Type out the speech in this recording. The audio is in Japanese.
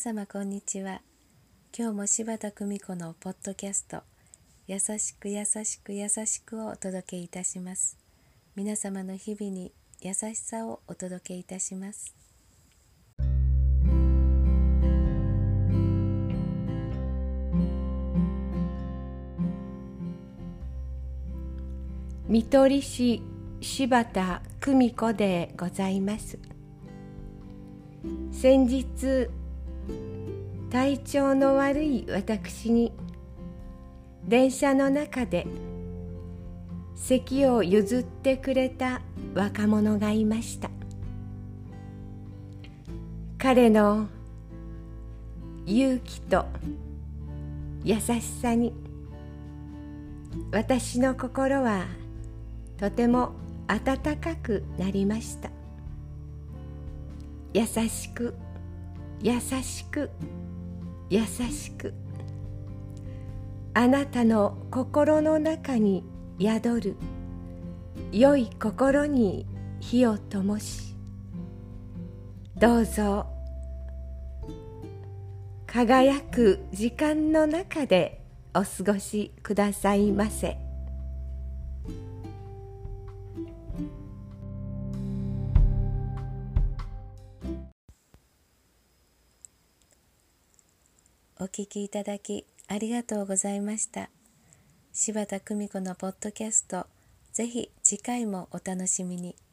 様こんにちは。今日も柴田久美子のポッドキャスト優しく優しく優しくをお届けいたします。皆様の日々に優しさをお届けいたします。 看取り師柴田久美子でございます。先日体調の悪い私に電車の中で席を譲ってくれた若者がいました。彼の勇気と優しさに私の心はとても温かくなりました。優しく優しく優しく、あなたの心の中に宿る良い心に火を灯し、どうぞ輝く時間の中でお過ごしくださいませ。 お聞きいただきありがとうございました。柴田久美子のポッドキャスト、ぜひ次回もお楽しみに。